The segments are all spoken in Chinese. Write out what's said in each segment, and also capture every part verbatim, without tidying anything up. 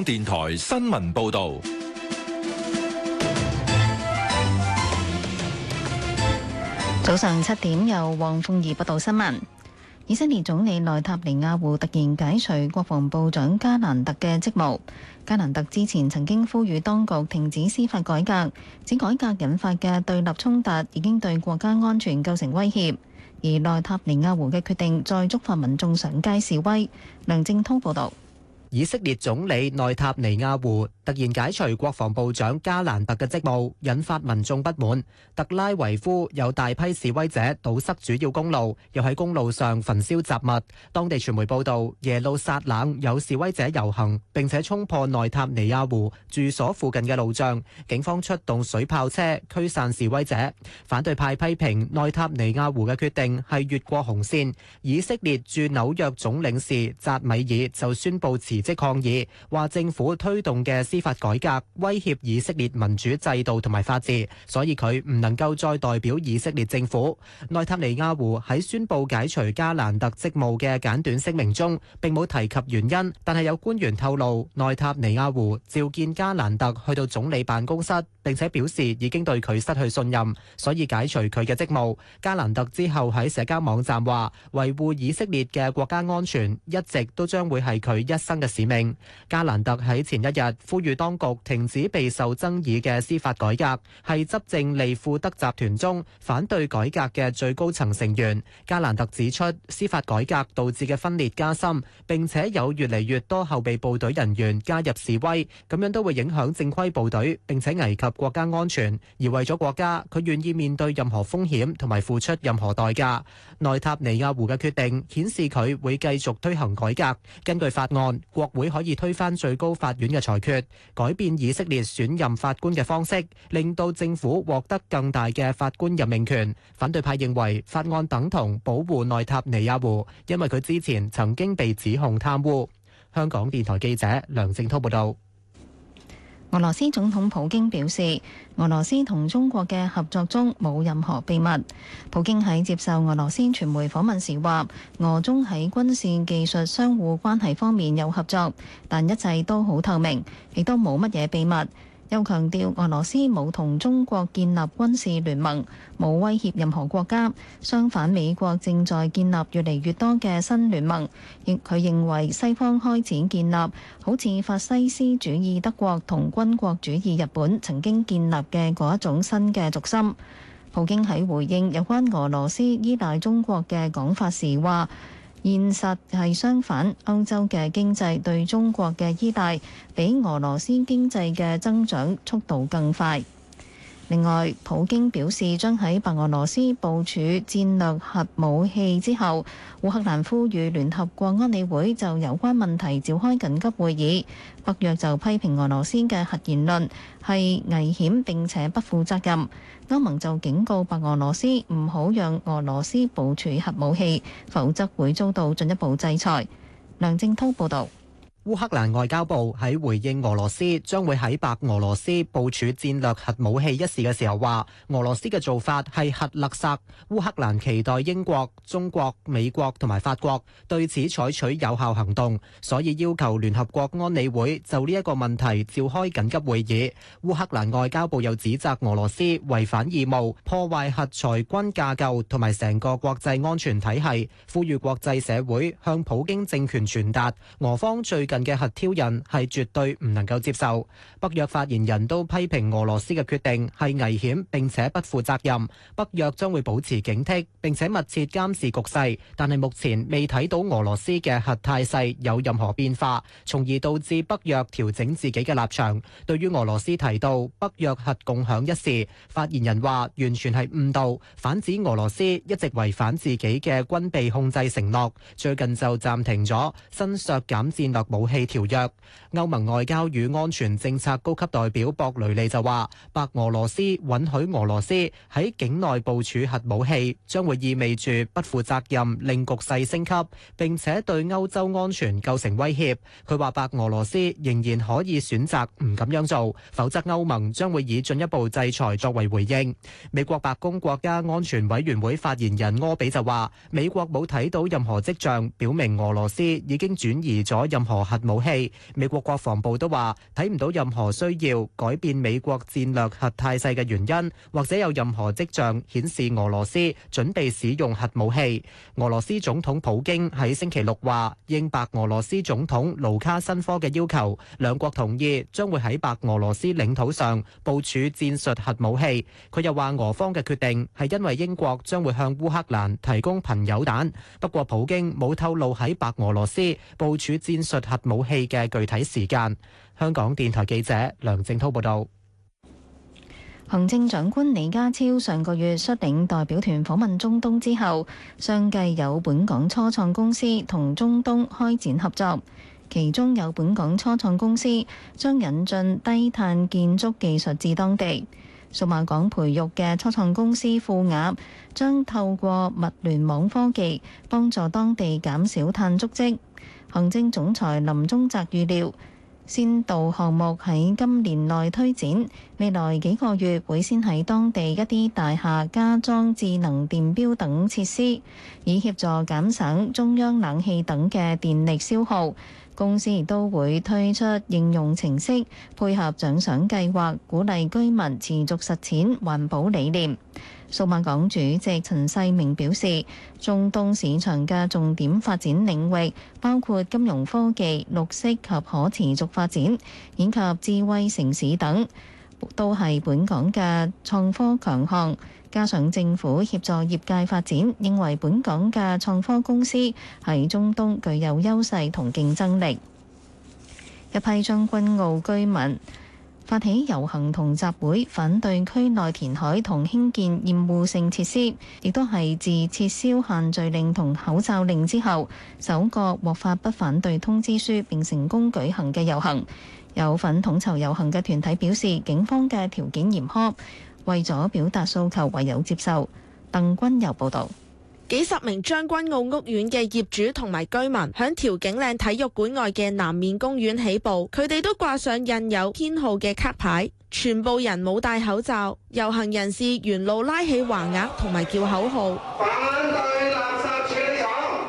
港電台新聞報道。 早上七點，由黃鳳儀報道新聞。以色列總理內塔尼亞胡突然解除國防部長加蘭特嘅職務。加蘭特之前曾經呼籲當局停止司法改革，指改革引發嘅對立衝突已經對國家安全構成威脅。而內塔尼亞胡嘅決定再觸發民眾上街示威。梁正滔報導。 以色列總理內塔尼亞胡突然解除國防部長加蘭特嘅職務，引發民眾不滿。特拉維夫有大批示威者堵塞主要公路，又喺公路上焚燒雜物。當地傳媒報道，耶路撒冷有示威者遊行，並且衝破內塔尼亞胡住所附近嘅路障，警方出動水炮車驅散示威者。反對派批評內塔尼亞胡嘅決定係越過紅線。以色列駐紐約總領事扎米爾就宣布辭即抗議，話政府推動嘅司法改革威脅以色列民主制度同埋法治，所以佢唔能夠再代表以色列政府。內塔尼亞胡喺宣布解除加蘭特職務嘅簡短聲明中，並冇提及原因，但係有官員透露，內塔尼亞胡召見加蘭特去到總理辦公室，並且表示已經對佢失去信任，所以解除佢嘅職務。加蘭特之後喺社交網站話，維護以色列嘅國家安全一直都將會係佢一生嘅使命。加蘭特喺前一日呼籲當局停止備受爭議嘅司法改革，係執政利庫德集團中反對改革嘅最高層成員。加蘭特指出，司法改革導致嘅分裂加深，並且有越嚟越多後備部隊人員加入示威，咁樣都會影響正規部隊，並且危及國家安全。而為咗國家，佢願意面對任何風險同埋付出任何代價。內塔尼亞胡嘅決定顯示佢會繼續推行改革。根據法案，國會可以推翻最高法院嘅裁決，改變以色列選任法官嘅方式，令到政府獲得更大嘅法官任命權。反對派認為法案等同保護內塔尼亞胡，因為佢之前曾經被指控貪污。香港電台記者梁正滔報導。 俄羅斯總統普京表示，俄羅斯同中國嘅合作中冇任何秘密。普京喺接受俄羅斯傳媒訪問時話，俄中喺軍事技術相互關係方面有合作，但一切都好透明，亦都冇乜嘢秘密。又強調俄羅斯冇同中國建立軍事聯盟，冇威脅任何國家。相反，美國正在建立越嚟越多嘅新聯盟。亦佢認為西方開始建立好似法西斯主義德國同軍國主義日本曾經建立嘅嗰一種新嘅軸心。普京喺回應有關俄羅斯依賴中國嘅講法時話，現實係相反，歐洲嘅經濟對中國嘅依賴比俄羅斯經濟嘅增長速度更快。另外，普京表示將喺白俄羅斯部署戰略核武器之後，烏克蘭呼籲聯合國安理會就有關問題召開緊急會議。北約就批評俄羅斯嘅核言論係危險並且不負責任。歐盟就警告白俄羅斯唔好讓俄羅斯部署核武器，否則會遭到進一步制裁。梁正滔報導。 烏克蘭外交部喺回應俄羅斯將會喺白俄羅斯部署戰略核武器一事嘅時候話，俄羅斯嘅做法係核勒索。烏克蘭期待英國、中國、美國同埋法國對此採取有效行動，所以要求聯合國安理會就呢一個問題召開緊急會議。烏克蘭外交部又指責俄羅斯違反義務，破壞核裁軍架構同埋成個國際安全體系，呼籲國際社會向普京政權傳達俄方最近嘅核挑釁係絕對唔能夠接受。北約發言人都批評俄羅斯嘅決定係危險並且不負責任。北約將會保持警惕並且密切監視局勢，但係目前未睇到俄羅斯嘅核態勢有任何變化，從而導致北約調整自己嘅立場。對於俄羅斯提到北約核共享一事，發言人話完全係誤導，反指俄羅斯一直違反自己嘅軍備控制承諾，最近就暫停咗新削減戰略武器條約。歐盟外交與安全政策高級代表博雷利就話，白俄羅斯允許俄羅斯喺境內部署核武器，將會意味住不負責任，令局勢升級，並且對歐洲安全構成威脅。佢話白俄羅斯仍然可以選擇唔咁樣做，否則歐盟將會以進一步制裁作為回應。美國白宮國家安全委員會發言人柯比就話，美國冇睇到任何跡象表明俄羅斯已經轉移咗任何核核武器。美國國防部都話睇唔到任何需要改變美國戰略核態勢嘅原因，或者有任何跡象顯示俄羅斯準備使用核武器。俄羅斯總統普京喺星期六話，應白俄羅斯總統盧卡申科嘅要求，兩國同意將會喺白俄羅斯領土上部署戰術核武器。佢又話俄方嘅決定係因為英國將會向烏克蘭提供貧鈾彈。不過普京冇透露喺白俄羅斯部署戰術核武器嘅具體時間。香港電台記者梁正滔報導。 行政長官李家超上個月率領代表團訪問中東之後，相繼有本港初創公司同中東開展合作，其中有本港初創公司將引進低碳建築技術至當地。數碼港培育嘅初創公司富雅將透過物聯網科技幫助當地減少碳足跡。行政總裁林宗澤預料，先導項目喺今年內推展，未來幾個月會先喺當地一啲大廈加裝智能電錶等設施，以協助減省中央冷氣等嘅電力消耗。公司亦都會推出應用程式，配合獎賞計劃，鼓勵居民持續實踐環保理念。數碼港主席陳世明表示，中東市場嘅重點發展領域包括金融科技、綠色及可持續發展，以及智慧城市等，都係本港嘅創科強項。加上政府協助業界發展，認為本港嘅創科公司喺中東具有優勢同競爭力。一批將軍澳居民發起遊行同集會，反對區內填海同興建厭惡性設施，亦都係自撤銷限聚令同口罩令之後首個獲發不反對通知書並成功舉行嘅遊行。有份統籌遊行嘅團體表示，警方嘅條件嚴苛，為咗表達訴求，唯有接受。鄧君遊報導。 幾十名將軍澳屋苑嘅業主同埋居民響調景嶺體育館外嘅南面公園起步，佢哋都掛上印有編號嘅卡牌，全部人冇戴口罩。遊行人士沿路拉起橫額同埋叫口號，反對垃圾處理廠，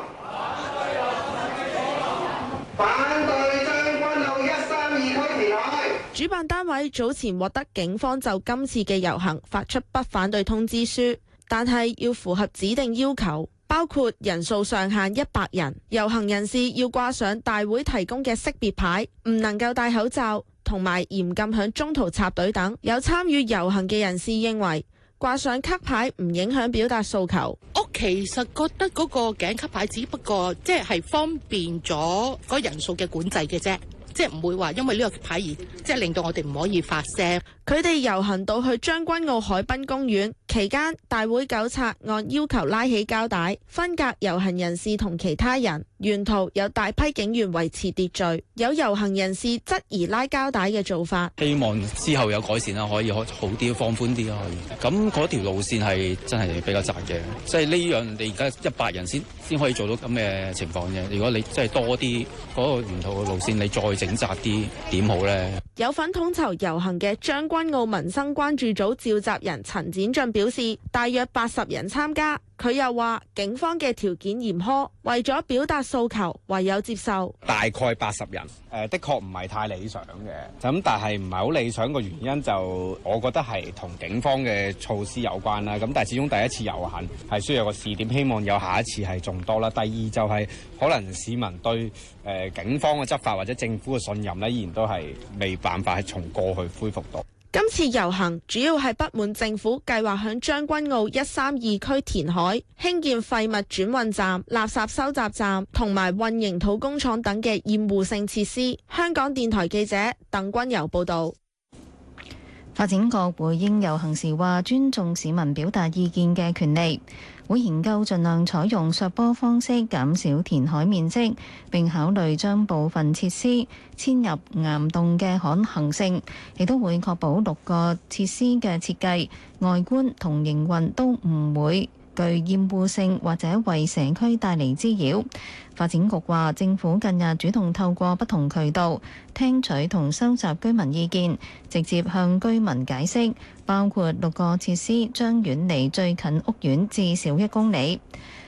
反對將軍澳一三二區填海。主辦單位早前獲得警方就今次嘅遊行發出不反對通知書，但係要符合指定要求，包括人數上限一百人，遊行人士要掛上大會提供嘅識別牌，唔能夠戴口罩，同埋嚴禁響中途插隊等。有參與遊行嘅人士認為，掛上卡牌唔影響表達訴求。 我其實覺得嗰個頸卡牌只不過即係方便咗嗰人數嘅管制嘅啫。即係唔會話因為呢個牌而即係令到我哋唔可以發聲。佢哋遊行到去將軍澳海濱公園期間，大會糾察按要求拉起膠帶，分隔遊行人士同其他人。沿途有大批警員維持秩序。有遊行人士質疑拉膠帶嘅做法， 希望之後有改善啦，可以好啲，放寬啲啦，可以。咁嗰條路線係真係比較窄嘅，即係呢樣你而家一百人先先可以做到咁嘅情況嘅。如果你真係多啲嗰個沿途嘅路線，你再整窄啲點好呢？ 有份統籌遊行嘅將軍澳民生關注組召集人陳展俊表示，大約八十人參加。佢又話警方嘅條件嚴苛，為咗表達訴求，唯有接受。 大概八十人，誒、呃，的確唔係太理想嘅。咁但係唔係好理想嘅原因就，我覺得係同警方嘅措施有關啦。咁但係始終第一次遊行係需要有個試點，希望有下一次係仲多啦。第二就係、是、可能市民對誒、呃、警方嘅執法或者政府嘅信任呢，依然都係未辦法係從過去恢復到。 今次遊行主要係不滿政府計劃響將軍澳一三二區填海興建廢物轉運站、垃圾收集站同埋混凝土工廠等嘅厭惡性設施。香港電台記者鄧君遊報導。 發展局回應遊行時話，尊重市民表達意見嘅權利，會研究盡量採用削坡方式減少填海面積，並考慮將部分設施遷入岩洞嘅可行性，亦都會確保六個設施嘅設計、外觀同營運都唔會具厭惡性或者為社區帶嚟滋擾。發展局話，政府近日主動透過不同渠道聽取同收集居民意見，直接向居民解釋，包括六個設施將遠離最近屋苑至少一公里。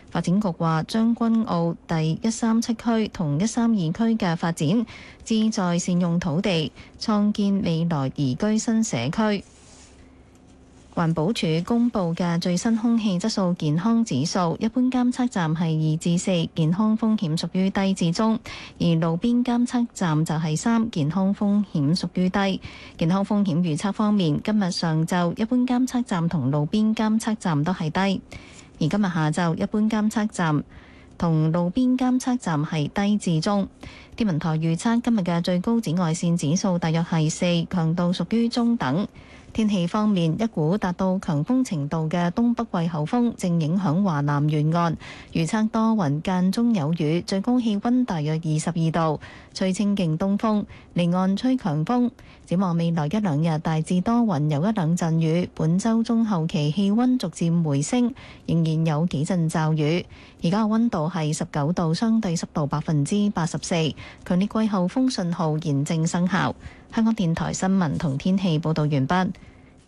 發展局話，將軍澳第一三七區同一三二區嘅發展，旨在善用土地，創建未來宜居新社區。環保署公布嘅最新空氣質素健康指數，一般監測站係二至四，健康風險屬於低至中；而路邊監測站就係三，健康風險屬於低。健康風險預測方面，今日上晝一般監測站同路邊監測站都係低，而今日下晝一般監測站同路邊監測站係低至中。天文台預測今日嘅最高紫外線指數大約係四，強度屬於中等。天氣方面，一股達到強風程度嘅東北季候風正影響華南沿岸，預測多雲間中有雨，最高氣溫大約二十二度，吹清勁東風，離岸吹強風。展望未來一兩日大致多雲，有一兩陣雨。本週中後期氣溫逐漸回升，仍然有幾陣驟雨。而家嘅溫度係十九度，相對濕度百分之八十四，強烈季候風信號現正生效。香港電台新聞同天氣報導完畢。